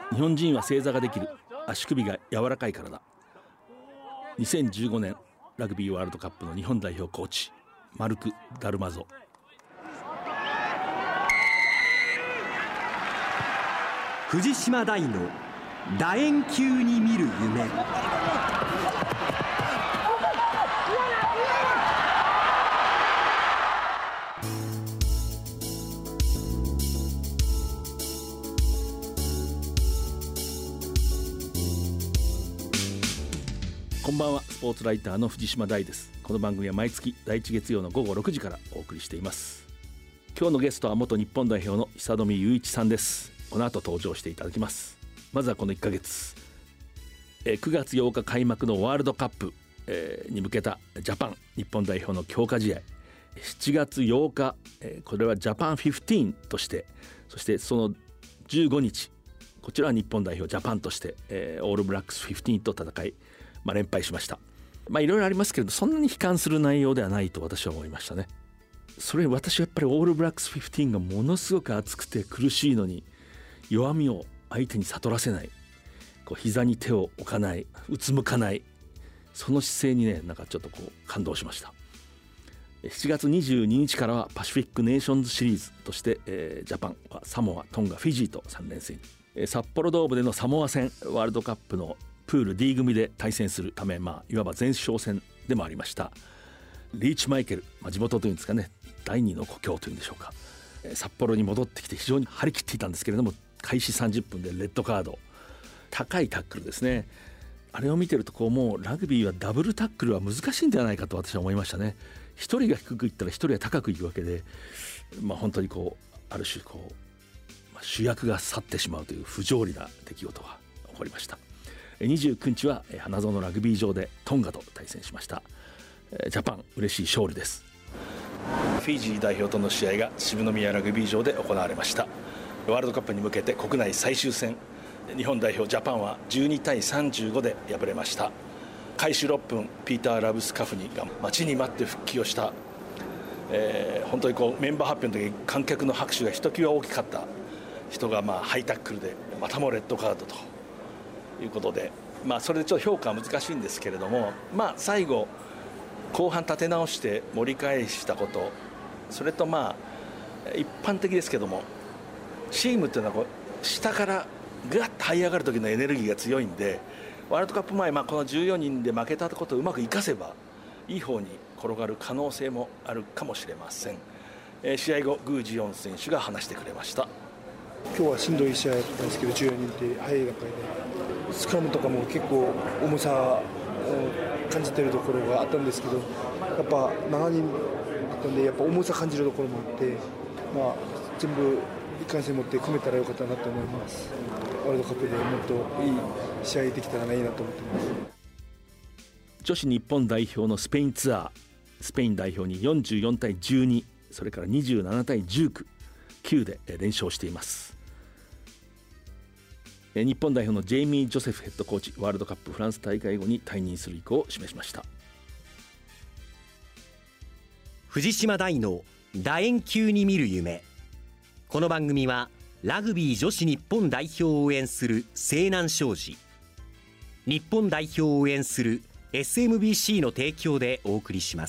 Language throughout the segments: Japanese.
日本人は正座ができる、足首が柔らかいからだ。2015年ラグビーワールドカップの日本代表コーチマルク・ダルマゾ。 藤島大の楕円球に見る夢。 こんばんは、スポーツライターの藤島大です。この番組は毎月第1月曜の午後6時からお送りしています。今日のゲストは元日本代表の久富雄一さんです。この後登場していただきます。まずはこの1ヶ月、9月8日開幕のワールドカップ、に向けたジャパン日本代表の強化試合、7月8日、これはジャパン15として、そしてその15日こちらは日本代表ジャパンとして、オールブラックス15と戦い、連敗しました。いろいろありますけれど、そんなに悲観する内容ではないと私は思いましたね。それ私はやっぱりオールブラックス15がものすごく熱くて苦しいのに、弱みを相手に悟らせない、膝に手を置かない、うつむかない、その姿勢にね、なんかちょっと感動しました。7月22日からはパシフィックネーションズシリーズとして、ジャパンはサモア、トンガ、フィジーと3連戦に、札幌ドームでのサモア戦、ワールドカップのプール D 組で対戦するため、いわば前哨戦でもありましたリーチマイケル、地元というんですかね、第二の故郷というんでしょうか、札幌に戻ってきて非常に張り切っていたんですけれども、開始30分でレッドカード、高いタックルですね。あれを見てるともうラグビーはダブルタックルは難しいんではないかと私は思いましたね。一人が低くいったら一人は高くいくわけで、本当にある種主役が去ってしまうという不条理な出来事が起こりました。29日は花園ラグビー場でトンガと対戦しました。ジャパン嬉しい勝利です。フィジー代表との試合が渋宮ラグビー場で行われました。ワールドカップに向けて国内最終戦、日本代表ジャパンは12対35で敗れました。開始6分、ピーター・ラブスカフニが待ちに待って復帰をした、本当にメンバー発表の時観客の拍手がひときわ大きかった人がハイタックルでまたもレッドカードということで、それでちょっと評価は難しいんですけれども、最後後半立て直して盛り返したこと、それと一般的ですけども、チームっていうのは下からグワッと這い上がる時のエネルギーが強いんで、ワールドカップ前、この14人で負けたことをうまく生かせばいい方に転がる可能性もあるかもしれません。試合後、グー・ジヨン選手が話してくれました。 今日はしんどい試合だったんですけど、14人って早い段階でスクラムとかも結構重さを感じてるところがあったんですけど、やっぱ7人だったんで、やっぱ重さ感じるところもあって、全部一貫性持って組めたらよかったなと思います。ワールドカップでもっといい試合できたらいいなと思ってます。 女子日本代表のスペインツアー、スペイン代表に44対12、それから27対19、9で連勝しています。日本代表のジェイミー・ジョセフヘッドコーチ、ワールドカップフランス大会後に退任する意向を示しました。 藤島大の楕円球に見る夢。この番組はラグビー女子日本代表を応援する西南商事、日本代表を応援する SMBC の提供でお送りします。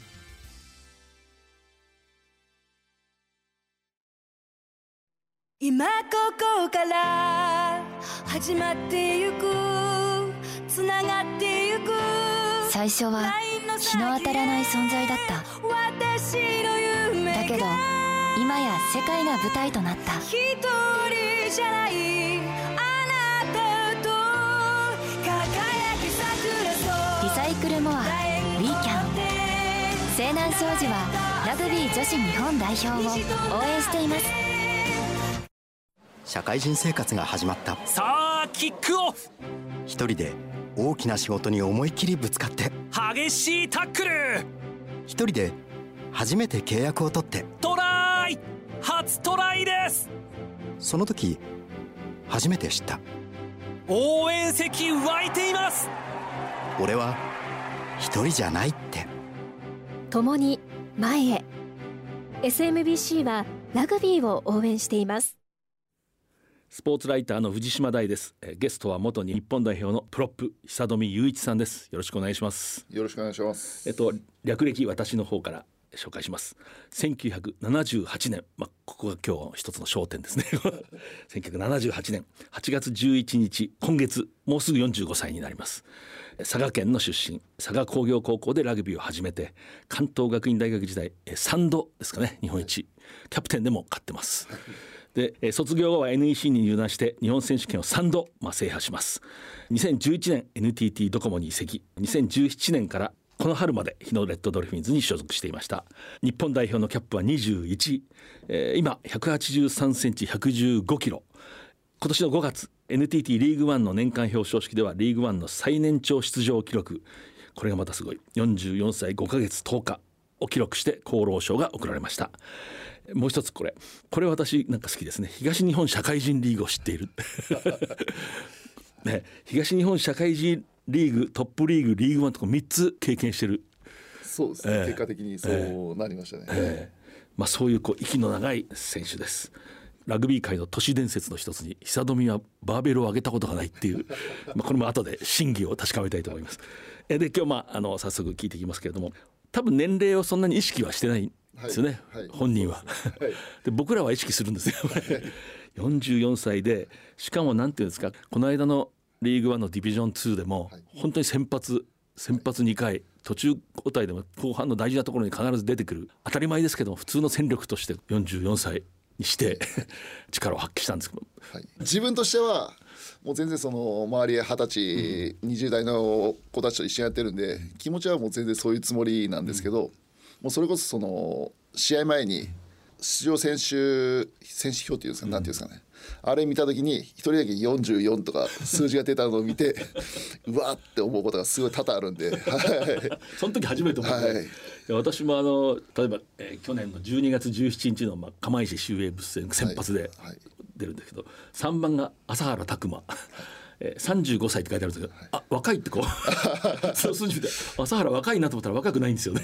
今ここから始まってゆく、つながってゆく。 最初は日の当たらない存在だった。 私の夢がだけど今や世界が舞台となった。 一人じゃないあなたと輝き桜そう。 リサイクルモアウィーキャン。西南商事はラグビー女子日本代表を応援しています。 社会人生活が始まった。 さあキックオフ。 一人で大きな仕事に思いっきりぶつかって、 激しいタックル。 一人で初めて契約を取って、 トライ。初トライです。 その時初めて知った。 応援席湧いています。 俺は一人じゃないって。 共に前へ。 SMBC はラグビーを応援しています。 スポーツライターの藤島大です。ゲストは元日本代表のプロップ久富雄一さんです。よろしくお願いします。 よろしくお願いします。 略歴私の方から紹介します。1978年、ここが今日一つの焦点ですね1978年8月11日、今月もうすぐ45歳になります。佐賀県の出身、佐賀工業高校でラグビーを始めて、関東学院大学時代3度ですかね、日本一、キャプテンでも勝ってます。で卒業後は NEC に入団して日本選手権を3度、制覇します。2011年 NTT ドコモに移籍、2017年からこの春まで日野レッドドルフィンズに所属していました。日本代表のキャップは21、今183センチ115キロ。今年の5月 NTT リーグワンの年間表彰式ではリーグワンの最年長出場記録、これがまたすごい44歳5ヶ月10日を記録して功労賞が贈られました。もう一つこれ私なんか好きですね。東日本社会人リーグを知っているね、東日本社会人リーグ、トップリーグ、リーグワンとか3つ経験してる。 そうですね、結果的にそうなりましたね。 そういう息の長い選手です。ラグビー界の都市伝説の一つに、久富はバーベルを上げたことがないっていうこれも後で真偽を確かめたいと思います。で今日早速聞いていきますけれども、多分年齢をそんなに意識はしてないんですよね、本人はで僕らは意識するんですよ44歳で、しかもなんていうんですか、この間のリーグワンのディビジョン2でも本当に先発2回、途中交代でも後半の大事なところに必ず出てくる、当たり前ですけど普通の戦力として44歳にして力を発揮したんですけど、 自分としてはもう全然その周り20歳、20代の子たちと一緒にやってるんで、気持ちはもう全然そういうつもりなんですけど、もうそれこそその試合前に出場選手表っていうんですか、なんていうんですかね、あれ見た時に一人だけ44とか数字が出たのを見てうわって思うことがすごい多々あるんでその時初めて思って、私も例えば、去年の12月17日の釜石秀英物戦先発で出るんですけど、3番が朝原拓磨35歳って書いてあるんですけど、若いってその数字見て朝原若いなと思ったら若くないんですよね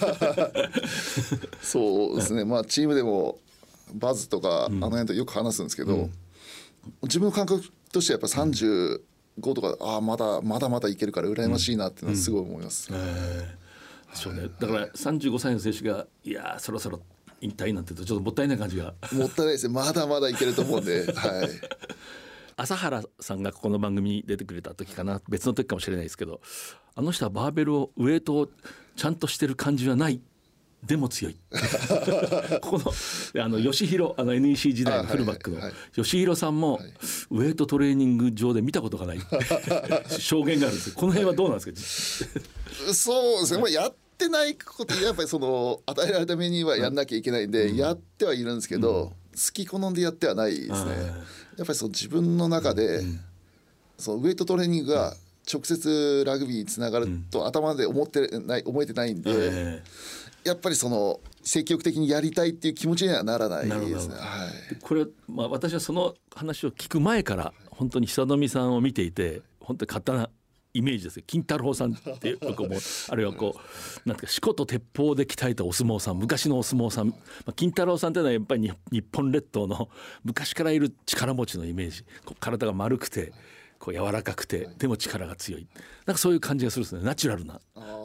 そうですね、チームでもバズとかあの辺とよく話すんですけど、自分の感覚としてはやっぱ35とかまだいけるから羨ましいなっていうのはすごい思います。 そうね、だから35歳の選手がいやそろそろ引退なんて言うとちょっともったいない感じがもったいないですね。まだまだいけると思うんで朝原さんがここの番組に出てくれた時かな、別の時かもしれないですけど、あの人はバーベルをウエイトをちゃんとしてる感じはない、でも強いここの吉弘NEC 時代のフルバックの吉弘さんもウエイトトレーニング場で見たことがない証言があるんですよ。この辺はどうなんですかそうですね、やってないことやっぱりその与えられたメニューはやんなきゃいけないんで、やってはいるんですけど、好き好んでやってはないですね。やっぱり自分の中で、そのウエイトトレーニングが直接ラグビーにつながると頭で思えてないんで、やっぱり積極的にやりたいっていう気持ちにはならないですね。 これ、私はその話を聞く前から本当に久富さんを見ていて、本当に勝手なイメージですよ。金太郎さんっていうあるいはなんていうか、四股と鉄砲で鍛えたお相撲さん、昔のお相撲さん、金太郎さんというのはやっぱり日本列島の昔からいる力持ちのイメージ、体が丸くて柔らかくてでも力が強い、なんかそういう感じがするんですね。ナチュラルな。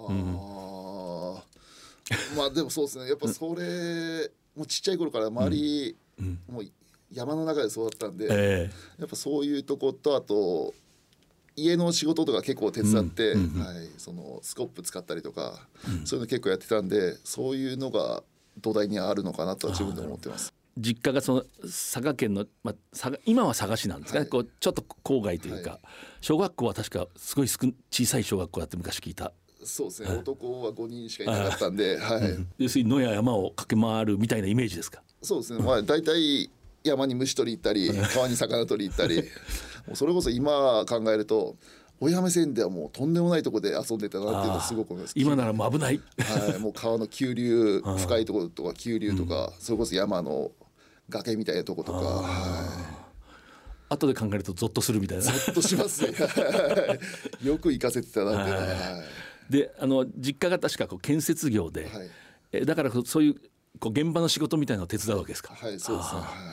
でもそうですね、やっぱそれもうちっちゃい頃から周り、もう山の中で育ったんで、やっぱそういうとこと、あと家の仕事とか結構手伝って、そのスコップ使ったりとか、そういうの結構やってたんで、そういうのが土台にあるのかなとは自分で思ってます。 実家が佐賀県の、今は佐賀市なんですかね、ちょっと郊外というか、小学校は確かすごい小さい小学校だって昔聞いた。 そうですね、男は5人しかいなかったんで、 要するに野や山を駆け回るみたいなイメージですか。 そうですね、だいたい山に虫取り行ったり川に魚取り行ったりもうそれこそ今考えると大山線ではもうとんでもないところで遊んでたなっていうのはすごく思います。 今ならもう危ないもう川の急流深いところとか急流とか、それこそ山の崖みたいなとことか、 後で考えるとゾッとするみたいな。 ゾッとしますねよく行かせてたなっていうのは。 で実家が確か建設業で、だからそういう現場の仕事みたいなのを手伝うわけですか。 そうですね。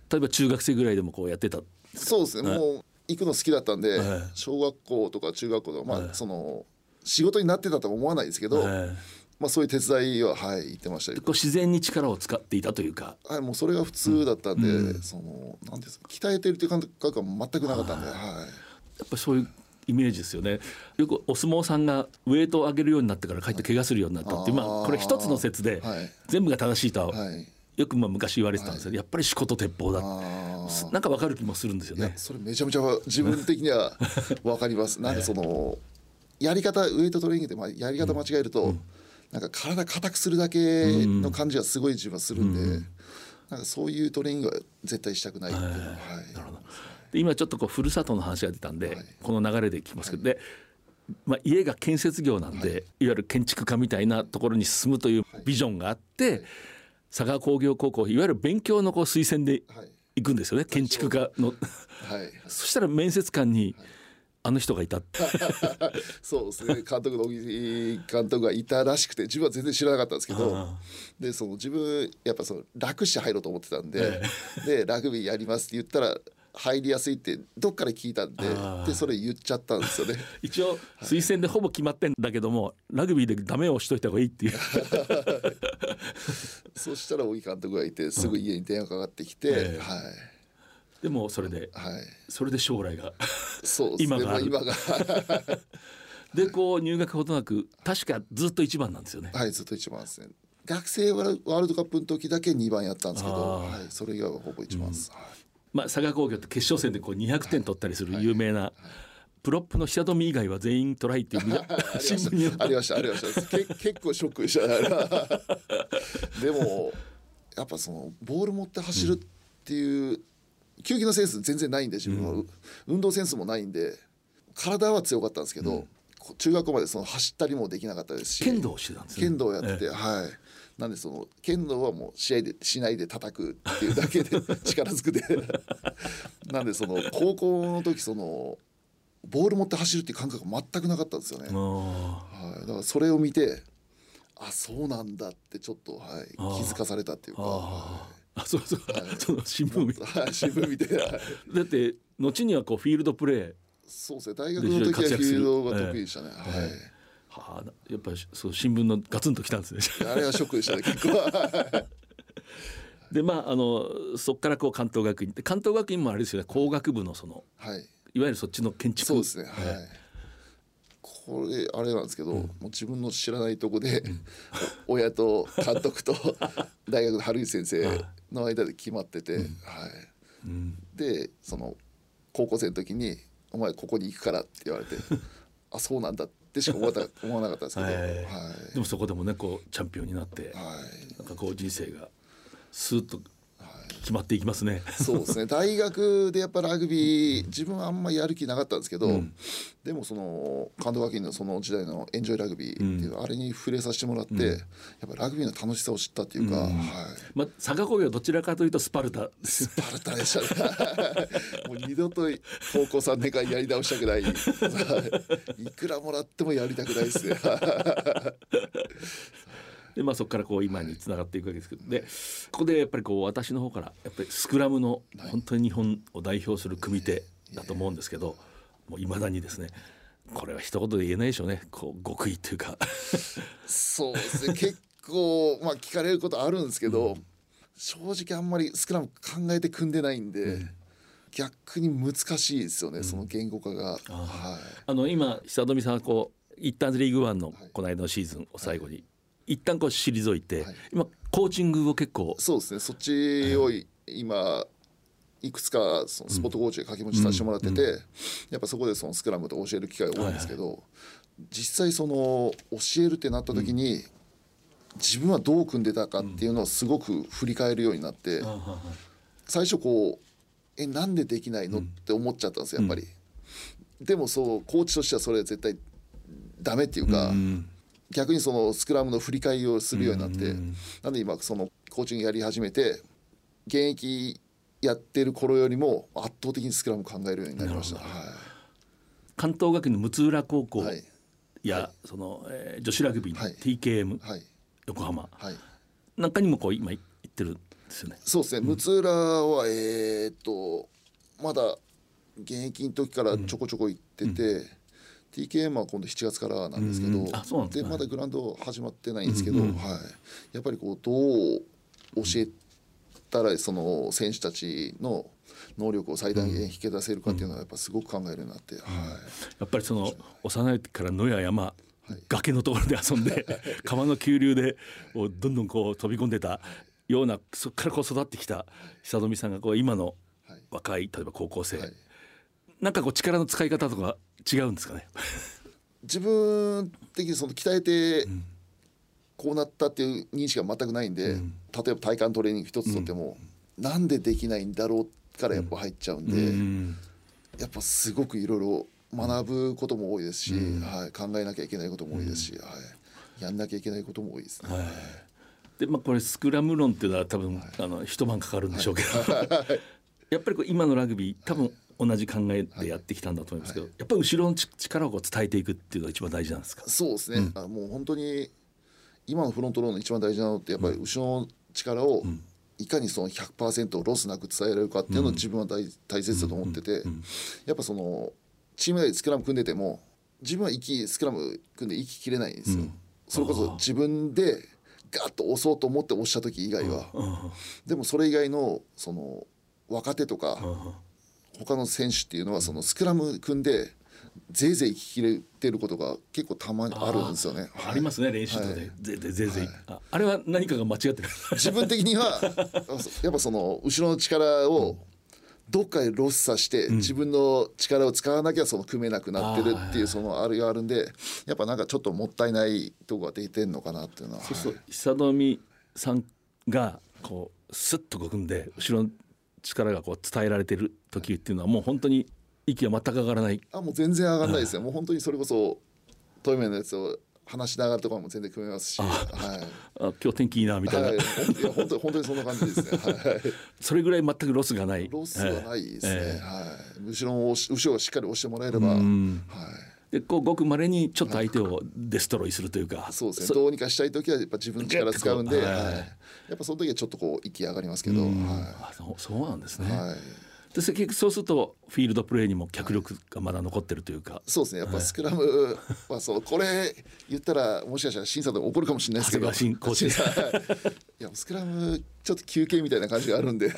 例えば中学生ぐらいでもこうやってた。 そうですね、もう行くの好きだったんで、小学校とか中学校とか、その仕事になってたとは思わないですけど、そういう手伝いは行ってましたよ。 こう自然に力を使っていたというか、 もうそれが普通だったんで、そのなんですか、鍛えてるという感覚は全くなかったんで、やっぱりそういうイメージですよね。よくお相撲さんがウエイトを上げるようになってからかえって怪我するようになったっていう、これ一つの説で、全部が正しいとは、よく昔言われてたんですけど、やっぱりしこと鉄砲だ、なんか分かる気もするんですよね。 それめちゃめちゃ自分的には分かります。なんでそのやり方、ウエイトトレーニングでやり方間違えると、なんか体硬くするだけの感じはすごい自分はするんで、なんかそういうトレーニングは絶対したくないっていうのは、なるほど。 で今ちょっとこうふるさとの話が出たんで、この流れで聞きますけど、で、家が建設業なんで、いわゆる建築家みたいなところに進むというビジョンがあって、佐賀工業高校いわゆる勉強の推薦で行くんですよね、建築家の、そしたら面接官にあの人がいたそうですね、監督の小木監督がいたらしくて、自分は全然知らなかったんですけど、でその自分やっぱその楽して入ろうと思ってたんで、でラグビーやりますって言ったら入りやすいってどっから聞いたんで、でそれ言っちゃったんですよね。 一応推薦でほぼ決まってんだけども、ラグビーでダメをしといた方がいいっていうそしたら小木監督がいて、すぐ家に電話かかってきて、 でもそれで、それで将来がそうですね、今がでこう入学ほどなく、確かずっと1番なんですよね。 ずっと1番ですね。学生ワールドカップの時だけ2番やったんですけど、それ以外はほぼ1番です。 佐賀工業って決勝戦でこう200点取ったりする有名な、プロップの久富以外は全員トライっていう新聞にありました結構ショックでしたでもやっぱそのボール持って走るっていう、球技のセンス全然ないんで、自分は、運動センスもないんで、体は強かったんですけど、中学校までその走ったりもできなかったですし、 剣道をしてたんですね。 剣道をやってて、なんでその剣道はもう試合でしないで叩くっていうだけで力ずくでなんでその高校の時、そのボール持って走るっていう感覚が全くなかったんですよね。だからそれを見て、そうなんだってちょっと、気づかされたっていうか。 そうその新聞見て、 新聞見てだって後にはこうフィールドプレー、 そうですね、大学の時はフィールドが得意でしたね。 やっぱりそう新聞のガツンときたんですねあれはショックでしたね、結構でそこからこう関東学院もあれですよね、工学部のその、いわゆるそっちの建築。 そうですね、これあれなんですけど、もう自分の知らないとこで、親と監督と大学の春口先生の間で決まってて、でその高校生の時に「お前ここに行くから」って言われてそうなんだってしか思わなかったんですけど、 でもそこでもねこうチャンピオンになって、なんかこう人生がスーッと決まっていきますね。 そうですね、大学でやっぱラグビー自分はあんまやる気なかったんですけど、でもその関東学院のその時代のエンジョイラグビーっていう、あれに触れさせてもらって、やっぱラグビーの楽しさを知ったっていうか、 佐賀工業はどちらかというとスパルタでしたねもう二度と高校3年間やり直したくないいくらもらってもやりたくないですねでそこからこう今につながっていくわけですけど、でここでやっぱりこう私の方からやっぱりスクラムの本当に日本を代表する組手だと思うんですけど、もう未だにですね、これは一言で言えないでしょうね、こう極意というかそうですね、結構聞かれることあるんですけど、正直あんまりスクラム考えて組んでないんで、逆に難しいですよね、その言語化が。 今久富さんはこう一旦リーグワンのこの間のシーズンを最後に、一旦こう退いて、今コーチングを結構。 そうですね、そっちを今いくつかそのスポットコーチで掛け持ちさせてもらってて、やっぱそこでそのスクラムと教える機会が多いんですけど、実際その教えるってなった時に、自分はどう組んでたかっていうのをすごく振り返るようになって、最初こうなんでできないのって思っちゃったんですよ、やっぱり。でもそうコーチとしてはそれは絶対ダメっていうか、逆にそのスクラムの振り返りをするようになって、なんで今そのコーチングやり始めて、現役やってる頃よりも圧倒的にスクラム考えるようになりました。 関東学院の六浦高校や、その女子ラグビーの TKM、横浜なんかにもこう今行ってる。 ですよね。 そうですね、六浦はまだ現役の時からちょこちょこ行ってて、TKM は今度7月からなんですけど、 そうなんですね。 でまだグラウンド始まってないんですけど、やっぱりこうどう教えたらその選手たちの能力を最大限引き出せるかっていうのはやっぱすごく考えるようになって、 やっぱりその幼い時から野や山、崖のところで遊んで川の急流でどんどんこう飛び込んでたような、そこからこう育ってきた久富さんがこう今の若い例えば高校生、なんかこう力の使い方とか違うんですかね。 自分的にその鍛えてこうなったっていう認識が全くないんで、例えば体幹トレーニング一つとっても、なんでできないんだろうからやっぱ入っちゃうんで、やっぱすごくいろいろ学ぶことも多いですし、考えなきゃいけないことも多いですし、やんなきゃいけないことも多いですね。 でこれスクラム論っていうのは多分一晩かかるんでしょうけど、やっぱりこう今のラグビー多分同じ考えでやってきたんだと思いますけど、やっぱり後ろの力をこう伝えていくっていうのが一番大事なんですか。 そうですね、もう本当に今のフロントローの一番大事なのってやっぱり後ろの力をいかにその 100% ロスなく伝えられるかっていうのを自分は大切だと思ってて、やっぱそのチーム内でスクラム組んでても自分はスクラム組んで息切れないんですよ。それこそ自分でガッと押そうと思って押した時以外は、でもそれ以外のその若手とか他の選手っていうのはそのスクラム組んでぜいぜい切れてることが結構たまにあるんですよね。 ありますね、練習とかでぜいぜい、あれは何かが間違ってる。 自分的にはやっぱその後ろの力をどっかでロスさせて、自分の力を使わなきゃその組めなくなってるっていうそのあれがあるんで、やっぱなんかちょっともったいないとこが出てんのかなっていうのは。 そう久富さんがこうスッと組んで後ろの力がこう伝えられてる時っていうのはもう本当に息が全く上がらない。 もう全然上がらないですよ。もう本当にそれこそトイメのやつを話しながらとかも全然組めますし、 今日天気いいなみたいな、 本当にそんな感じですね。 それぐらい全くロスがない。 ロスはないですね。後ろをしっかり押してもらえれば、 でこうごくまれにちょっと相手をデストロイするというか、 そうですね、どうにかしたい時はやっぱ自分の力使うんで、やっぱその時はちょっとこう息上がりますけど、 そうなんですね。で結局そうするとフィールドプレーにも脚力がまだ残ってるというか、 そうですね、やっぱスクラムはそう、これ言ったらもしかしたら審査で怒るかもしれないですけど、いやスクラムちょっと休憩みたいな感じがあるんで、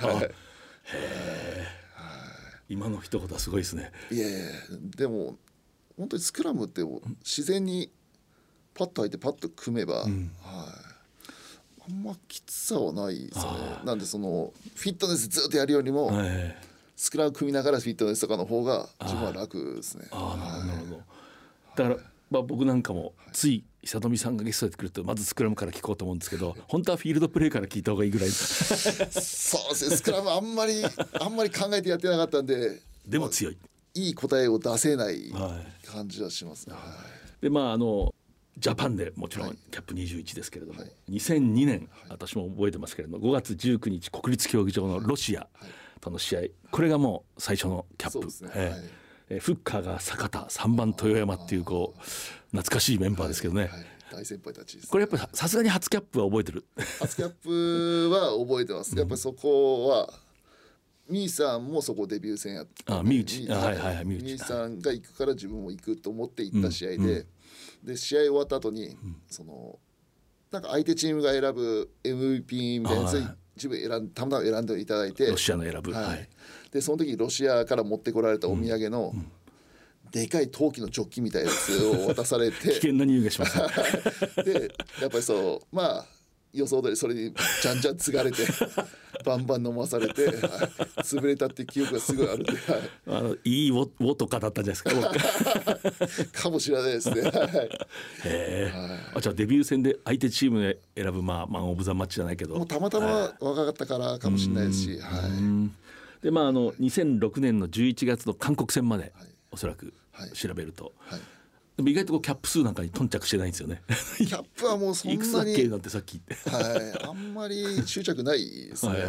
今の一言はすごいですね。 いやでも本当にスクラムって自然にパッと入ってパッと組めば、あんまきつさはないですよね。なんでそのフィットネスずっとやるよりも、スクラム組みながらフィットネスとかの方が自分は楽ですね。 なるほど。だから僕なんかもつい久富さんがゲストで来るとまずスクラムから聞こうと思うんですけど、本当はフィールドプレーから聞いた方がいいぐらいそうですね、スクラムあんまり考えてやってなかったんで、 でも強い、 いい答えを出せない感じはしますね。 でジャパンでもちろんキャップ21ですけれども、2002年、私も覚えてますけれども5月19日国立競技場のロシアとの試合、これがもう最初のキャップ、フッカーが坂田、3番豊山っていうこう懐かしいメンバーですけどね、 大先輩たちです、 これやっぱりさすがに初キャップは覚えてる。 初キャップは覚えてます。やっぱりそこはミーさんもそこデビュー戦やって、 ミーさんが行くから自分も行くと思って行った試合で、で試合終わった後に、そのなんか相手チームが選ぶ MVP みたいなやつ自分たまたま選んでいただいて、 ロシアの選ぶ、 でその時ロシアから持ってこられたお土産の、でかい陶器のジョッキみたいなやつを渡されて危険な匂いがします、 でやっぱりそう予想通りそれにじゃんじゃん継がれてバンバン飲まされて、潰れたっていう記憶がすごいあるんで、 いいウォとかだったんじゃないですかかもしれないですね。 じゃあデビュー戦で相手チームで選ぶマン・オブ・ザ・マッチじゃないけど、 もうたまたま若かったからかもしれないですし、 で2006年の11月の韓国戦までおそらく調べると、でも意外とキャップ数なんかに頓着してないんですよね。 キャップはもうそんなにいくつだっけなんてさっき言って、 あんまり執着ないですね。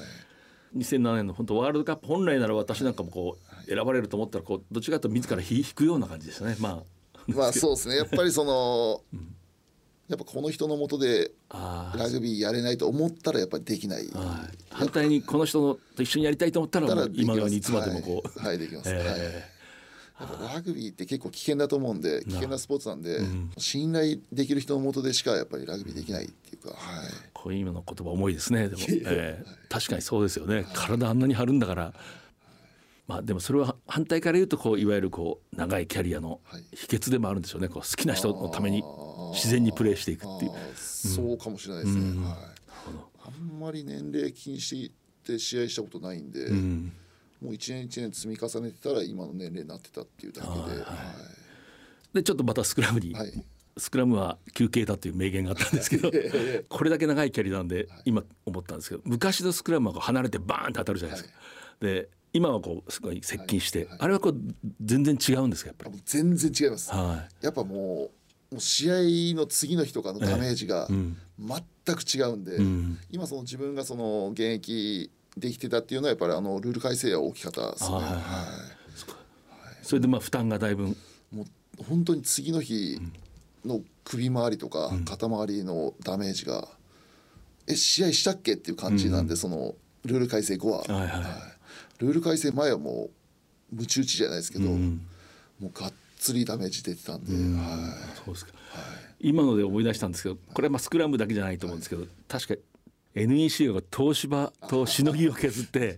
2007年の本当ワールドカップ、本来なら私なんかもこう選ばれると思ったらこうどっちかというと自ら引くような感じでしたね。そうですね、やっぱりそのやっぱこの人の下でラグビーやれないと思ったらやっぱりできない。 反対にこの人と一緒にやりたいと思ったらもう今のようにいつまでもこう、 はい、できます、やっぱラグビーって結構危険だと思うんで、危険なスポーツなんで、信頼できる人の下でしかやっぱりラグビーできないっていうか、 こういう今の言葉重いですね。でも、確かにそうですよね。体あんなに張るんだから、でもそれは反対から言うとこういわゆるこう長いキャリアの秘訣でもあるんでしょうね。こう好きな人のために自然にプレーしていくっていう。 そうかもしれないですね。あんまり年齢気にして試合したことないんで、もう一年一年積み重ねてたら今の年齢になってたっていうだけで、 でちょっとまたスクラムに、スクラムは休憩だという名言があったんですけどこれだけ長いキャリアなんで今思ったんですけど、昔のスクラムはこう離れてバーンと当たるじゃないですか。で今はこうすごい接近して、あれはこう全然違うんですか？やっぱり全然違います、やっぱもう試合の次の日とかのダメージが全く違うんで、今その自分がその現役できてたっていうのはやっぱりルール改正は大きかったですね。 それで負担がだいぶもう本当に次の日の首周りとか肩周りのダメージが、試合したっけっていう感じなんで、そのルール改正後は、ルール改正前はもうムチ打ちじゃないですけど、もうがっつりダメージ出てたんで、 そうですか。今ので思い出したんですけど、これはスクラムだけじゃないと思うんですけど、確か NEC が東芝としのぎを削って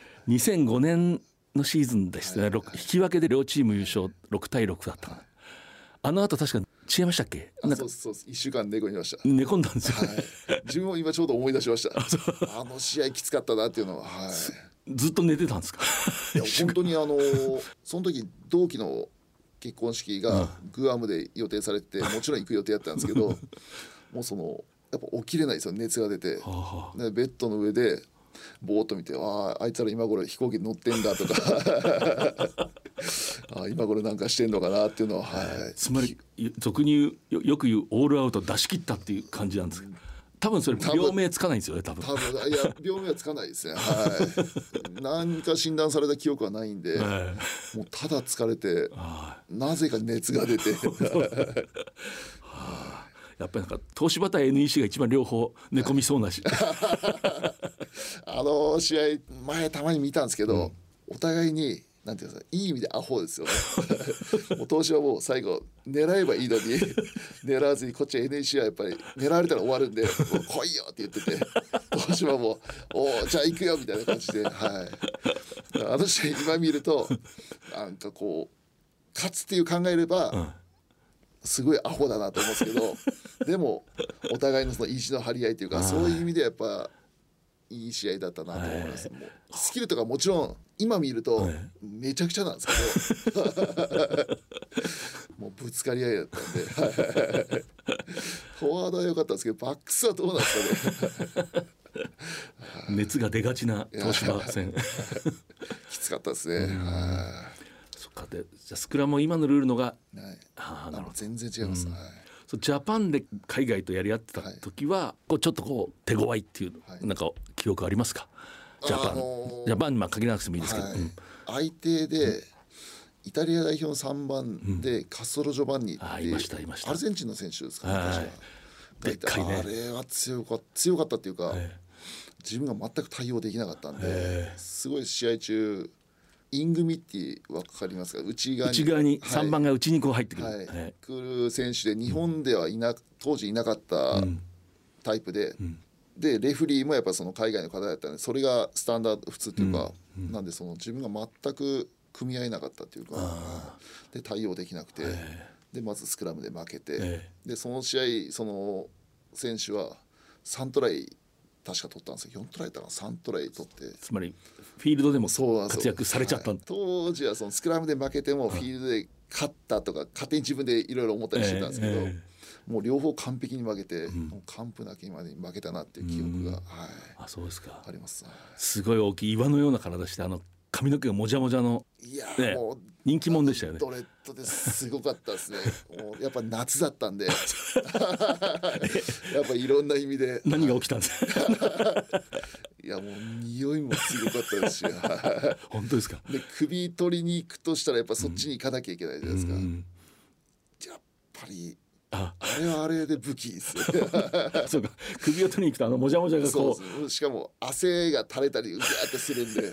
2005年のシーズンでしたね、引き分けで両チーム優勝6対6だったかな。あの後確か違いましたっけ？ そう1週間寝込みました。 寝込んだんですよ、 自分も今ちょうど思い出しました。あの試合きつかったなっていうのは、 ずっと寝てたんですか？ いや本当にその時同期の結婚式がグアムで予定されて、もちろん行く予定だったんですけどもうやっぱ起きれないですよ、熱が出て。でベッドの上でぼーっと見て、あいつら今頃飛行機乗ってんだとか今頃なんかしてんのかなっていうのは、 つまり俗によく言うオールアウト出し切ったっていう感じなんですけど、多分それ病名つかないんですよね。多分いや病名はつかないですね。何か診断された記憶はないんで、もうただ疲れてなぜか熱が出てやっぱり東芝対 NEC が一番両方寝込みそうなし試合前たまに見たんですけど、お互いになんていうんですか、いい意味でアホですよねもう東芝はもう最後狙えばいいのに狙わずに、こっちは NEC はやっぱり狙われたら終わるんでもう来いよって言ってて、東芝もじゃあ行くよみたいな感じで、あの試合今見るとなんかこう勝つっていう考えれば、すごいアホだなと思うんですけどでもお互いのその意地の張り合いというか、そういう意味でやっぱいい試合だったなと思います。もうスキルとかもちろん今見るとめちゃくちゃなんですけどもうぶつかり合いだったんでフォワードは良かったんですけど、バックスはどうなんですかね熱が出がちな東芝戦きつかったですね。 そっか。でじゃあスクラムも今のルールのが、 全然違います。 ジャパンで海外とやり合ってた時は、ちょっとこう手強いっていう、なんか記憶ありますか？ジャパン限らなくてもいいですけど、 相手でイタリア代表の3番でカストロ・ジョバンニっていましたアルゼンチンの選手ですかね。 でっかいね。 あれは強かったっていうか、自分が全く対応できなかったんで、すごい試合中イン組って分かりますか？内側に 3番が内にこう入ってくる、 来る選手で、日本では当時いなかったタイプで、でレフェリーもやっぱその海外の方だったんで、それがスタンダード普通っていうか、なんでその自分が全く組み合えなかったっていうか、で対応できなくて、でまずスクラムで負けて、でその試合その選手は3トライ確か取ったんですよ。4トライだから3トライ取って、 つまりフィールドでも活躍されちゃった。 当時はそのスクラムで負けてもフィールドで勝ったとか勝手に自分でいろいろ思ったりしてたんですけど、もう両方完璧に負けて、もう完膚なきまでに負けたなっていう記憶が、 そうですか。 あります。 すごい大きい岩のような体して、髪の毛がもじゃもじゃの、もう人気者でしたよね。 ドレッドですごかったですねもうやっぱ夏だったんでやっぱいろんな意味で何が起きたんですかいやもう匂いもすごかったですし本当ですか？ で首取りに行くとしたらやっぱそっちに行かなきゃいけないじゃないですか、やっぱりあれはあれで武器ですよそうか、首を取りに行くともじゃもじゃがこそうしかも汗が垂れたりうぎゃーってするんで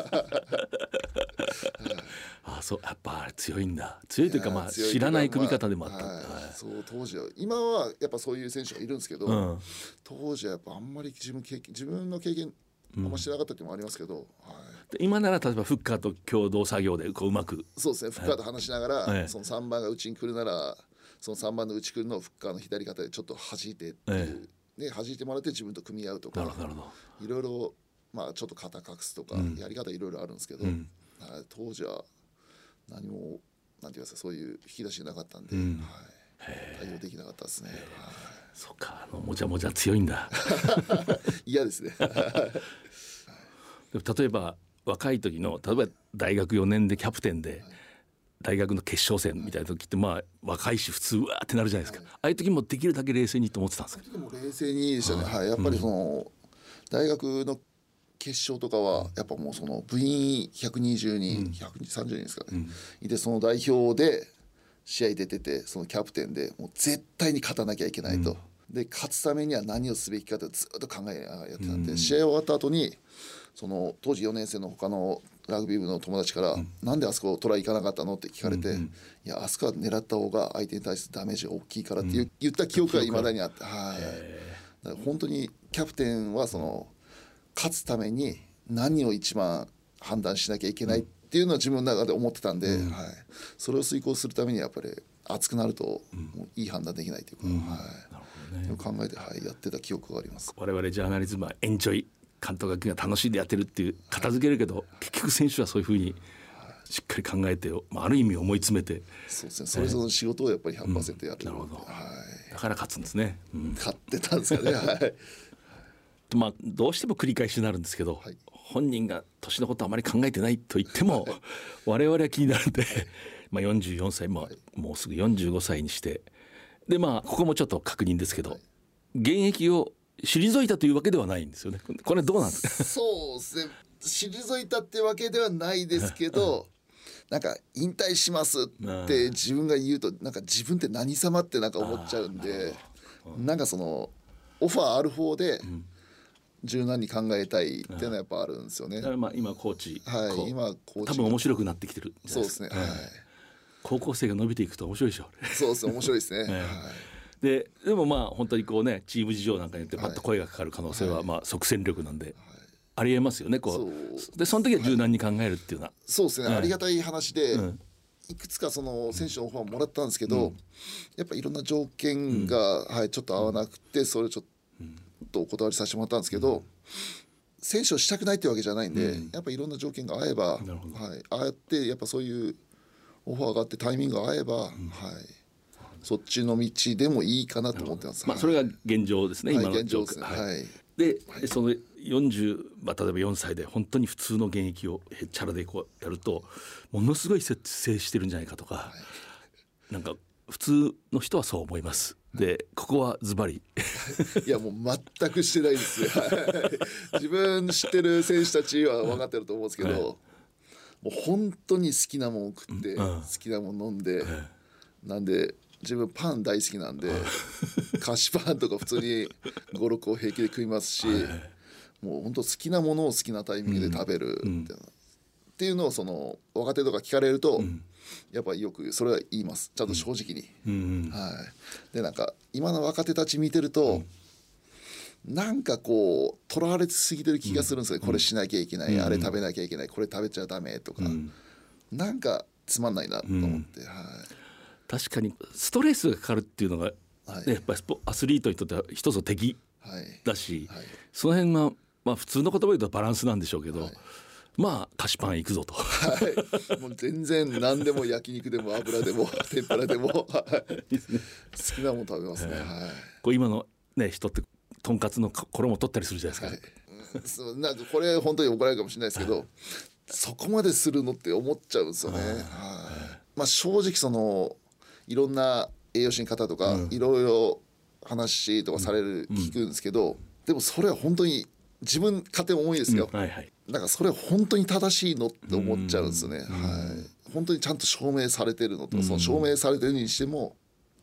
そうやっぱあれ強いんだ。強いというか知らない組み方でもあった、 そう当時は、今はやっぱそういう選手がいるんですけど、当時はやっぱあんまり自分の経験あんましてなかったっていうのもありますけど、 今なら例えばフッカーと共同作業でうまく、 そうですね、フッカーと話しながら、その3番が内に来るならその3番の内来るのをフッカーの左肩でちょっと弾いてっていう、弾いてもらって自分と組み合うとか、いろいろちょっと肩隠すとか、やり方いろいろあるんですけど、当時は何もなんて言いますか、そういう引き出しなかったんで、対応できなかったですね。 そうか、もじゃもじゃ強いんだ嫌ですねでも例えば若い時の、例えば大学4年でキャプテンで、大学の決勝戦みたいな時って若いし普通うわーってなるじゃないですか、ああいう時もできるだけ冷静にと思ってたんですか？ でも冷静にでしたね、やっぱりその、大学の決勝とかはやっぱもうその部員120人、130人ですかね、いて、その代表で試合出てて、そのキャプテンでもう絶対に勝たなきゃいけないと、で勝つためには何をすべきかってずっと考えやってたんで、試合終わった後にその当時4年生の他のラグビー部の友達から「なんであそこトライ行かなかったの?」って聞かれて「いやあそこは狙った方が相手に対するダメージが大きいから」って言った記憶がいまだにあって、だから本当にキャプテンはその勝つために何を一番判断しなきゃいけないっていうのは自分の中で思ってたんで、それを遂行するためにやっぱり熱くなるともういい判断できないというか、考えてやってた記憶があります。 我々ジャーナリズムはエンジョイ、監督が楽しんでやってるっていう片付けるけど、結局選手はそういうふうにしっかり考えて、ある意味思い詰めて、 そうですね、それぞれの仕事をやっぱり 100% やる、 なるほど、だから勝つんですね、 勝ってたんですかねどうしても繰り返しになるんですけど、本人が年のことあまり考えてないと言っても、我々は気になるんで44歳、もうすぐ45歳にして、でここもちょっと確認ですけど、現役を退いたというわけではないんですよね。これどうなんですか？ そうですね、退いたってわけではないですけどなんか引退しますって自分が言うと、なんか自分って何様ってなんか思っちゃうんで、なんかそのオファーある方で柔軟に考えたいっていうのはやっぱあるんですよね。 だから今コーチ、 今コーチ多分面白くなってきてる。 そうですね、 高校生が伸びていくと面白いでしょそうですね、面白いですねでも本当にこうね、チーム事情なんかによってパッと声がかかる可能性は即戦力なんで、ありえますよね。でその時は柔軟に考えるっていうのは、 そうですね、ありがたい話で、いくつかその選手のオファーもらったんですけど、やっぱいろんな条件が、ちょっと合わなくて、それちょっとお断りさせてもらったんですけど、選手をしたくないってわけじゃないんで、やっぱいろんな条件が合えば、ああやってやっぱそういうオファーがあってタイミングが合えば、そっちの道でもいいかなと思ってます。 それが現状ですね、今の状況。 現状ですね。 でその40、例えば4歳で本当に普通の現役をへっちゃらでこうやると、ものすごい節制してるんじゃないかとか、なんか普通の人はそう思います。でここはズバリいやもう全くしてないですよ自分知ってる選手たちは分かってると思うんですけど、もう本当に好きなもん食って、好きなもん飲んで、なんで自分パン大好きなんで菓子パンとか普通に5、6個平気で食いますし、もう本当好きなものを好きなタイミングで食べるっていうのを、その若手とか聞かれると、やっぱりよくそれは言います、ちゃんと正直に。でなんか今の若手たち見てると、なんかこうとらわれすぎてる気がするんですよ、これしなきゃいけない、あれ食べなきゃいけない、これ食べちゃダメとか、なんかつまんないなと思って、 確かにストレスがかかるっていうのが、やっぱりアスリートにとっては一つの敵だし、その辺は普通の言葉で言うとバランスなんでしょうけど、菓子パン行くぞと、 もう全然何でも焼肉でも油でも天ぷらでも好きなもの食べますね。 こう今のね人ってとんかつの衣取ったりするじゃないですか。 なんかこれ本当に怒られるかもしれないですけど、そこまでするのって思っちゃうんですよね。正直そのいろんな栄養士の方とか、いろいろ話とかされる、聞くんですけど、でもそれは本当に自分勝手に思いですよ、なんかそれは本当に正しいのって思っちゃうんですよね。本当にちゃんと証明されてるのと、その証明されてるにしても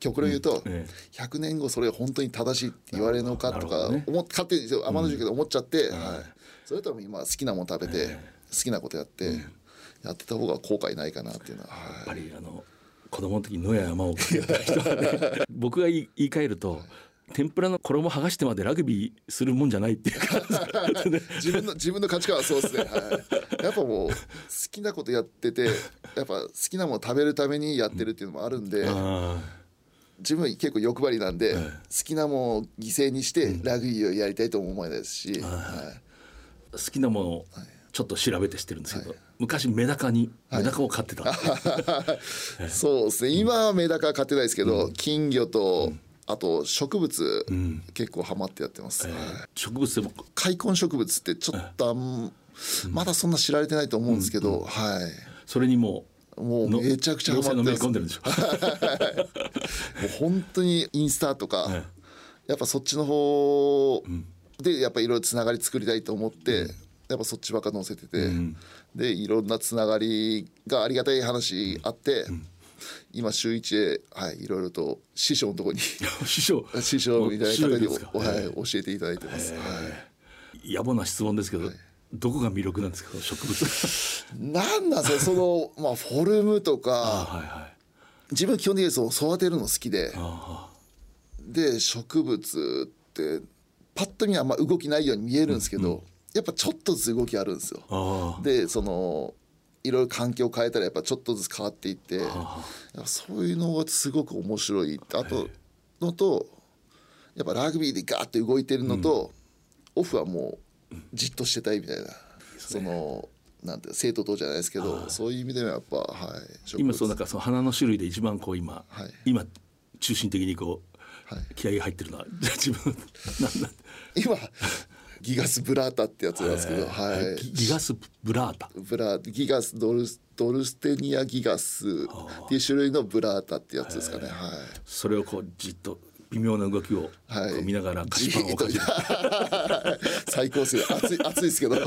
極論言うと、100年後それ本当に正しいって言われるのかとか勝手に天の塾で思っちゃって、それとも今好きなもの食べて好きなことやってやってた方が後悔ないかなっていうのは、 やっぱり子供の時に野や山をかけた人はね僕が言い換えると、天ぷらの衣剥がしてまでラグビーするもんじゃないっていう自分の価値観はそうですね、やっぱもう好きなことやってて、やっぱ好きなもの食べるためにやってるっていうのもあるんで、自分は結構欲張りなんで、好きなものを犠牲にしてラグビーをやりたいとも思えないですし、 好きなものをちょっと調べてしてるんですけど、昔メダカを飼ってたそうですね、今はメダカは飼ってないですけど、金魚とあと植物、結構ハマってやってます、 植物でも開墾植物ってちょっとまだそんな知られてないと思うんですけど、 それにもうめちゃくちゃハマってます。 込んでるんでしょもう本当にインスタとか、やっぱそっちの方でやっぱいろいろつながり作りたいと思って、やっぱそっちばっか載せてて、でいろんなつながりがありがたい話あって、今週1で、いろいろと師匠のところに師匠みたいな方に教えていただいてます。 野暮な質問ですけど、どこが魅力なんですか、植物なんなんですか、フォルムとか、自分基本的に育てるの好きで、で植物ってパッと見はあんま動きないように見えるんですけど、やっぱちょっとずつ動きあるんですよ。でいろいろ環境を変えたらやっぱちょっとずつ変わっていって、そういうのがすごく面白い。あとのとやっぱラグビーでガーッと動いてるのと、オフはもうじっとしてたいみたいな、なんて生徒とじゃないですけど、そういう意味ではやっぱ、 今なんかその花の種類で一番今中心的に気合が入ってるのは自分今ギガスブラータってやつなんですけど、 ギガスブラータギガスドルステニアギガスっていう種類のブラータってやつですかね。 それをじっと微妙な動きを見ながら菓子パンをかじる最高ですよ。熱いですけど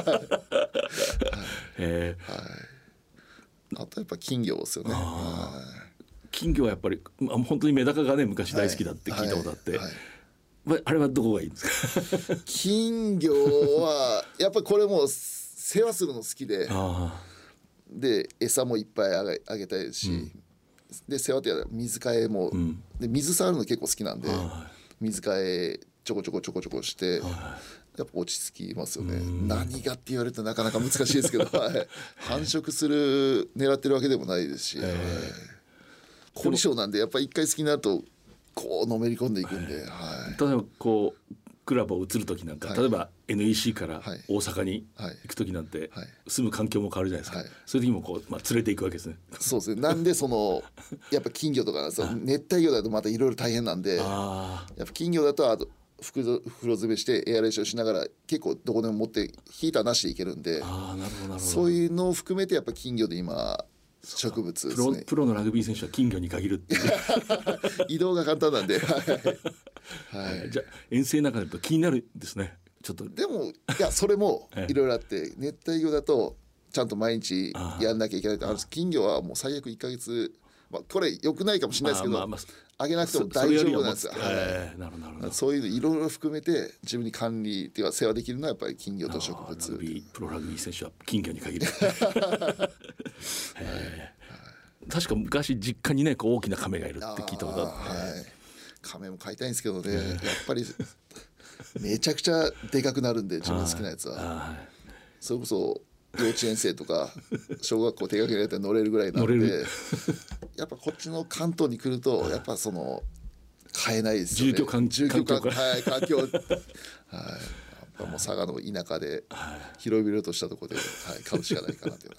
あとやっぱ金魚ですよね。 金魚はやっぱり本当にメダカがね昔大好きだって聞いたことあって、あれはどこがいいんですか金魚はやっぱりこれも世話するの好きで、で餌もいっぱいあげたいですし、で世話って水替えも、で水触るの結構好きなんで、水替えちょこちょこして、やっぱ落ち着きますよね。何がって言われるとなかなか難しいですけど繁殖する狙ってるわけでもないですし、凝り性なんでやっぱり一回好きになるとのめり込んでいくんで、例えばクラブを移る時なんか、例えば NEC から大阪に行く時なんて、住む環境も変わるじゃないですか、そういう時も連れていくわけですね。 そうですね。なんでやっぱ金魚とか熱帯魚だとまたいろいろ大変なんで、やっぱ金魚だと袋詰めしてエアレーションしながら結構どこでも持ってヒーターなしでいけるんで、そういうのを含めてやっぱ金魚で今植物ですね。 プロのラグビー選手は金魚に限るっていう移動が簡単なんでじゃあ遠征の中で気になるんですね。ちょっとでもそれもいろいろあって、熱帯魚だとちゃんと毎日やんなきゃいけないと。金魚はもう最悪1ヶ月、これ良くないかもしれないですけど、あげなくても大丈夫なんですよ。そういうのいろいろ含めて自分に管理っていうか世話できるのはやっぱり金魚と植物。 プロラグビー選手は金魚に限る確か昔実家にね大きな亀がいるって聞いたことあって、 亀も飼いたいんですけどね、やっぱりめちゃくちゃでかくなるんで、自分好きなやつはそれこそ幼稚園生とか小学校低学年だったら乗れるぐらいなんでやっぱこっちの関東に来るとやっぱ買えないですよね。環境もう佐賀の田舎で広々としたところで買うしかないかなという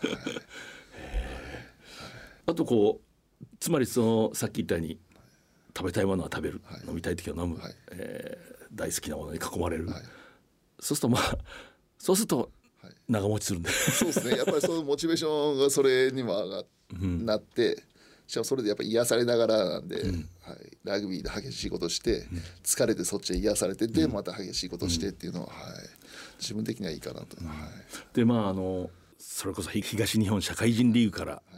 あとつまりさっき言ったように食べたいものは食べる、飲みたい時は飲む、大好きなものに囲まれる、そうすると長持ちするんでそうですね。やっぱりそのモチベーションがそれにもなって、しかもそれでやっぱり癒されながらなんで、ラグビーで激しいことして、疲れてそっちへ癒されて、でまた激しいことしてっていうのは、自分的にはいいかなと。 でそれこそ東日本社会人リーグから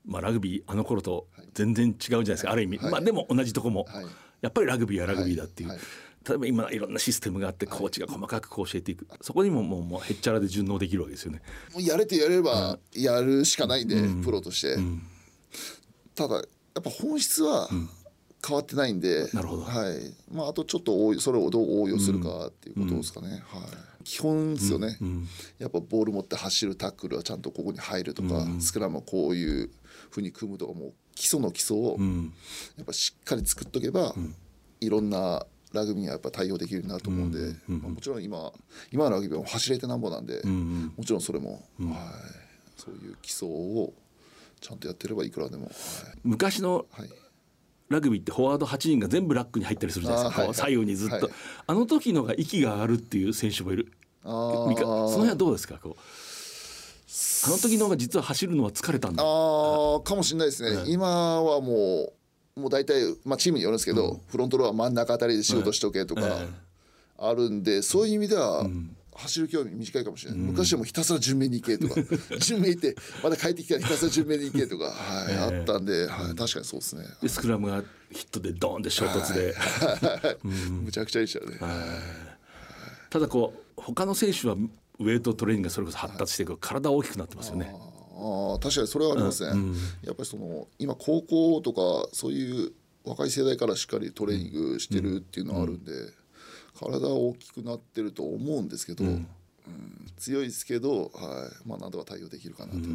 ラグビーあの頃と全然違うじゃないですか、ある意味、でも同じとこも、やっぱりラグビーはラグビーだっていう、例えば今いろんなシステムがあってコーチが細かくこう教えていく、そこにももうへっちゃらで順応できるわけですよね。 もうやれてやれればやるしかないんで、プロとして、ただやっぱ本質は変わってないんで、 なるほど、 あとちょっとそれをどう応用するかっていうことですかね、基本ですよね、やっぱボール持って走るタックルはちゃんとここに入るとか、スクラムはこういうふうに組むとか、もう基礎の基礎をやっぱしっかり作っとけば、いろんなラグビーにはやっぱ対応できるようになると思うんで、もちろん今のラグビーは走れてなんぼなんで、もちろんそれも、そういう基礎をちゃんとやってればいくらでも、 昔のラグビーってフォワード8人が全部ラックに入ったりするじゃないですか、左右にずっと、あの時のが息が上がるっていう選手もいる。その辺はどうですか？あの時の方が実は走るのは疲れたんだ。かもしれないですね、今はもう大体、チームによるんですけど、フロントローは真ん中あたりで仕事しとけとかあるんで、そういう意味では走る距離短いかもしれない。昔はもうひたすら順目に行けとか順目行ってまた帰ってきたらひたすら順目に行けとか、あったんで、確かにそうですね。 でスクラムがヒットでドーンで衝突で、 むちゃくちゃでしたね。 ただ他の選手はウェイトトレーニングがそれこそ発達していく、体大きくなってますよね。 確かにそれはありますね、やっぱり今高校とかそういう若い世代からしっかりトレーニングしてるっていうのはあるんで、体は大きくなってると思うんですけど、強いですけど、なんとか対応できるかなと。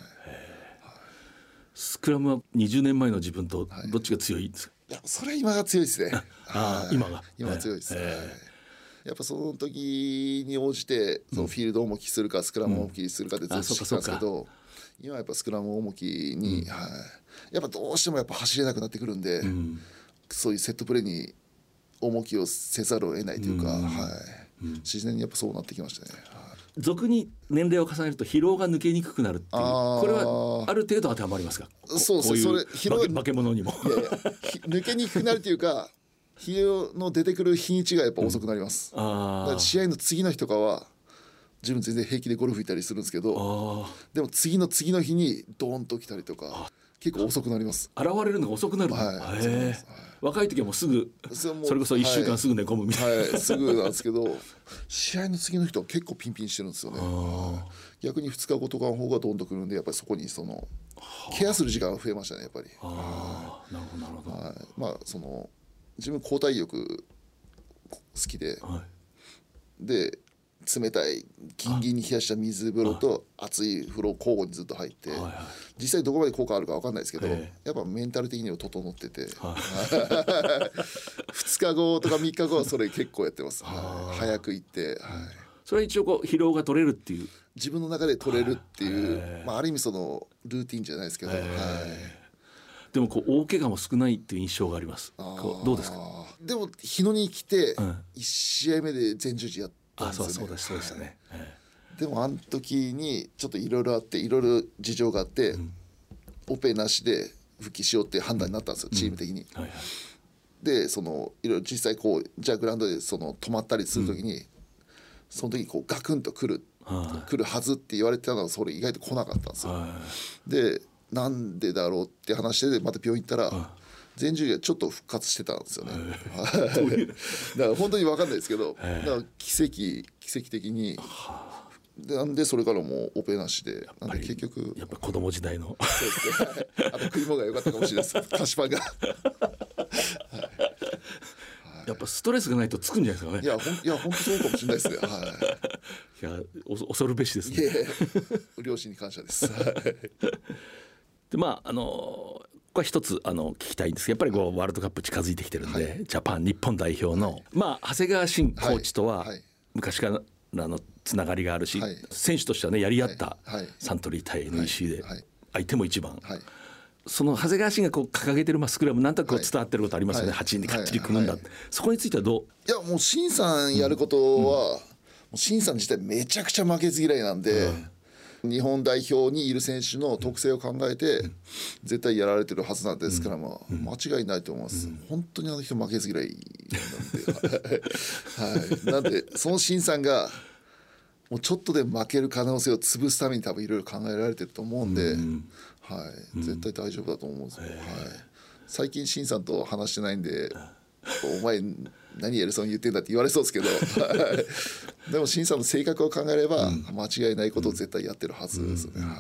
スクラムは20年前の自分とどっちが強いんですか？ いや、それは今が強いですね。 今が強いです、やっぱその時に応じてそのフィールドを重きするかスクラムを重きするかでずっとしてきたんですけど、今はやっぱスクラムを重きに、やっぱどうしてもやっぱ走れなくなってくるんで、そういうセットプレーに重きをせざるを得ないというか、自然にやっぱそうなってきましたね。 俗に年齢を重ねると疲労が抜けにくくなるっていう、これはある程度当てはまりますか？ そうそう、それ疲労化け物にも抜けにくくなるというか、疲労の出てくる日にちがやっぱ遅くなります、だから試合の次の日とかは自分全然平気でゴルフ行ったりするんですけど、でも次の日にドーンと来たりとか結構遅くなります。 現れるのが遅くなる、若い時はもうすぐそれこそ1週間すぐ寝込むみたいな、 すぐなんですけど試合の次の人は結構ピンピンしてるんですよね。逆に2日後とかの方がドンとくるんで、やっぱりそこにケアする時間が増えましたね、やっぱり。 なるほど。 自分交代浴好きで、で冷たいギンギンに冷やした水風呂と熱い風呂交互にずっと入って、実際どこまで効果あるか分かんないですけど、やっぱメンタル的には整ってて、2日後とか3日後はそれ結構やってます。早く行って、 それは一応疲労が取れるっていう、 自分の中で取れるっていう、ある意味ルーティンじゃないですけど、 でも大怪我も少ないっていう印象があります。どうですか？ でも日野に来て1試合目で前十字やったんですよね。 そうでしたね。 でもあの時にちょっといろいろあって、いろいろ事情があって、オペなしで復帰しようって判断になったんですよ、チーム的に。でいろいろ実際じゃあグラウンドで止まったりする時に、その時にガクンと来るはずって言われてたのが、それ意外と来なかったんですよ。でなんでだろうって話してまた病院行ったら、前十字がちょっと復活してたんですよね。だから本当に分かんないですけど、だから奇跡的になんでそれからもオペなしで、なんで結局やっぱ子供時代のそうですね、あと食い物が良かったかもしれないです、菓子パンがやっぱストレスがないとつくんじゃないですかね。 いや本当そうかもしれないですね。 いや恐るべしですね。 両親に感謝です。 でこれ一つ聞きたいんですけど、やっぱりワールドカップ近づいてきてるんで、ジャパン日本代表の、長谷川慎コーチとは昔からのつながりがあるし、選手としてはねやり合ったサントリー対 NEC で、相手も一番、その長谷川慎が掲げてるスクラムなんとなく伝わってることありますよね。8人でかっちり組むんだって、そこについてはどう？ いやもう慎さんやることは、慎さん自体めちゃくちゃ負けず嫌いなんで、日本代表にいる選手の特性を考えて絶対やられてるはずなんですから、間違いないと思います。本当にあの人負けず嫌いなんで、なんでその慎さんがもうちょっとで負ける可能性を潰すために多分いろいろ考えられてると思うんで、 はい、絶対大丈夫だと思うんですよ、はい、最近シンさんと話してないんでお前何偉そうに言ってんだって言われそうですけどでもシンさんの性格を考えれば間違いないことを絶対やってるはずですね、はい、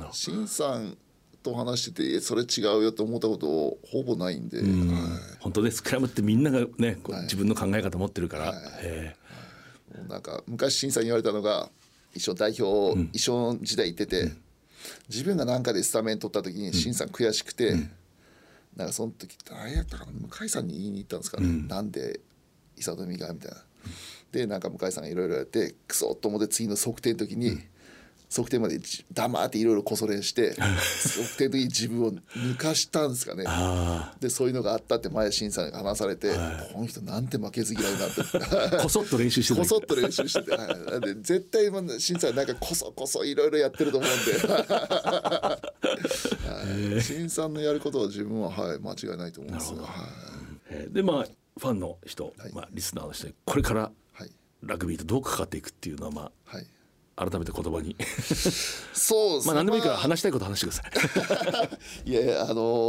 シンさんと話しててそれ違うよって思ったことほぼないんで、はい、 本当ねスクラムってみんながねこう自分の考え方持ってるから、 なんか昔シンさんに言われたのが一緒代表、一緒時代行ってて、自分が何かでスタメン取った時にシンさん悔しくて、なんかその時誰やったかな向井さんに言いに行ったんですかね、なんで伊佐富がみたいな、でなんか向井さんがいろいろやってクソっと思って次の測定の時に、測定まで黙っていろいろこそ練して測定の時に自分を抜かしたんですかねでそういうのがあったって前審査が話されて、この人なんて負けず嫌いになってこそっと練習してたこそっと練習してて、なんで絶対審査なんかこそこそいろいろやってると思うんで審査のやることは自分は、はい、間違いないと思います。 でまあファンの人、リスナーの人にこれからラグビーとどう関わっていくっていうのは改めて言葉にそうですね、 何でもいいから話したいこと話してください。 いやいや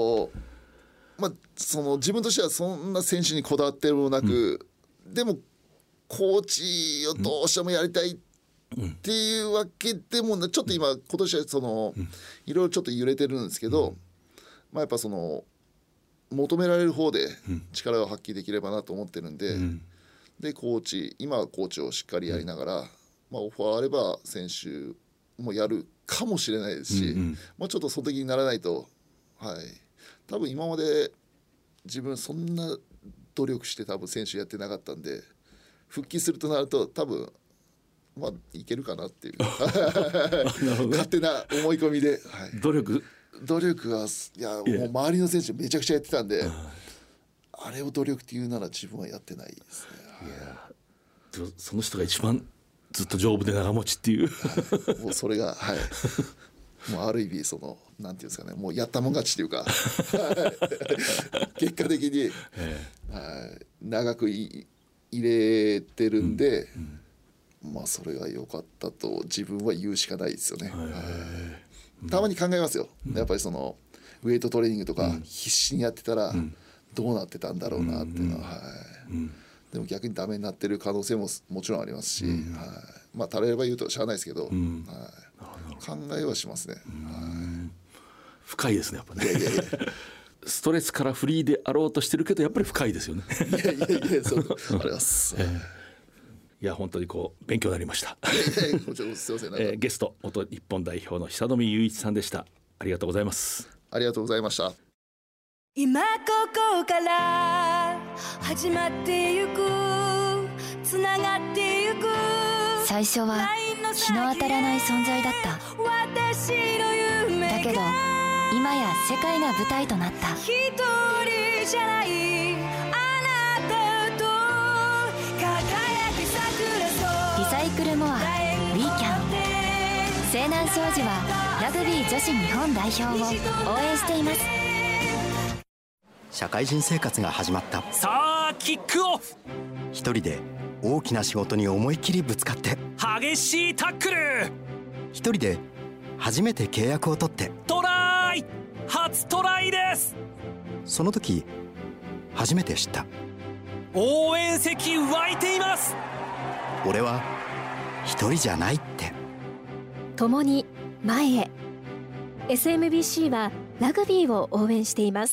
その自分としてはそんな選手にこだわってるもなく、でもコーチをどうしてもやりたいっていうわけでもちょっと今年はそのいろいろちょっと揺れてるんですけど、やっぱその求められる方で力を発揮できればなと思ってるんで、で今はコーチをしっかりやりながら、オファーあれば選手もやるかもしれないですし、ちょっとその時にならないと、多分今まで自分そんな努力して多分選手やってなかったんで、復帰するとなると多分いけるかなっていう勝手な思い込みで、努力はいやもう周りの選手めちゃくちゃやってたんで、あれを努力っていうなら自分はやってないですね。 その人が一番ずっと丈夫で長持ちっていう、 もうそれがもうある意味そのなんていうんですかね、もうやったもん勝ちっていうか結果的に、長く入れてるんで、それが良かったと自分は言うしかないですよね。たまに考えますよ、やっぱりそのウェイトトレーニングとか必死にやってたらどうなってたんだろうなっていうのは、でも逆にダメになってる可能性ももちろんありますし、たれれば言うとしゃあないですけど、考えはしますね。 深いですねやっぱね。ストレスからフリーであろうとしてるけどやっぱり深いですよね。 いやそうありがとうございます。 いや本当に勉強になりました。ゲスト元日本代表の久富雄一さんでした。ありがとうございます。 ありがとうございました。 今ここから始まってゆく、つながってゆく。 最初は日の当たらない存在だった。 私の夢がだけど今や世界が舞台となった。 一人じゃないあなたと輝き桜そう。 リサイクルモアウィーキャン。西南商事はラグビー女子日本代表を応援しています。 社会人生活が始まった。 さあキックオフ。 一人で大きな仕事に思いっきりぶつかって、 激しいタックル。 一人で初めて契約を取って、 トライ。初トライです。 その時初めて知った。 応援席湧いています。 俺は一人じゃないって。 共に前へ。 SMBC はラグビーを応援しています。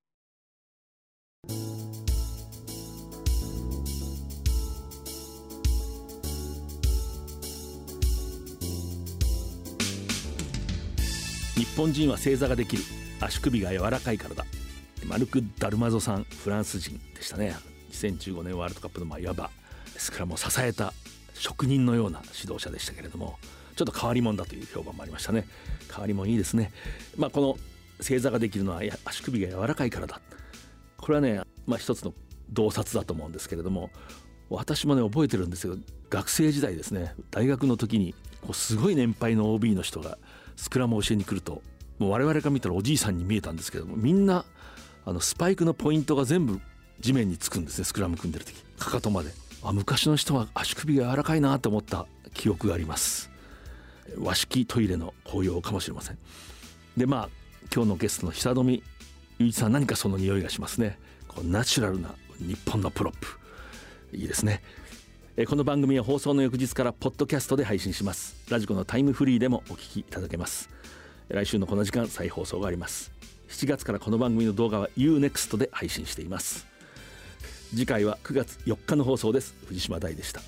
日本人は正座ができる、足首が柔らかいからだ。マルク・ダルマゾさん、フランス人でしたね。2015年ワールドカップのいわばスクラムを支えた職人のような指導者でしたけれども、ちょっと変わり者だという評判もありましたね。変わり者いいですね。この正座ができるのは足首が柔らかいからだ。これはね、一つの洞察だと思うんですけれども、私もね覚えてるんですけど、学生時代ですね、大学の時にすごい年配の OB の人がスクラムを教えに来ると、もう我々が見たらおじいさんに見えたんですけども、みんなスパイクのポイントが全部地面につくんですね。スクラム組んでる時かかとまで。昔の人は足首が柔らかいなと思った記憶があります。 和式トイレの紅葉かもしれません。で今日のゲストの久富雄一さん、何かその匂いがしますね。こうナチュラルな日本のプロップ、いいですね。この番組は放送の翌日からポッドキャストで配信します。ラジコのタイムフリーでもお聞きいただけます。来週のこの時間再放送があります。7月からこの番組の動画は UNEXT で配信しています。次回は9月4日の放送です。藤島大でした。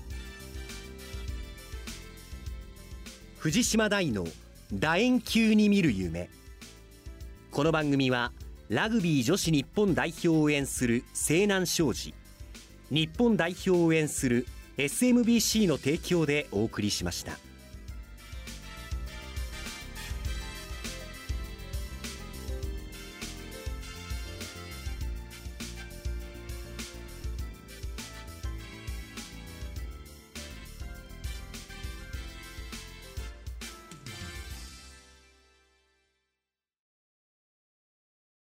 藤島大の楕円球に見る夢。この番組はラグビー女子日本代表を応援する西南商事、日本代表を応援する SMBC の提供でお送りしました。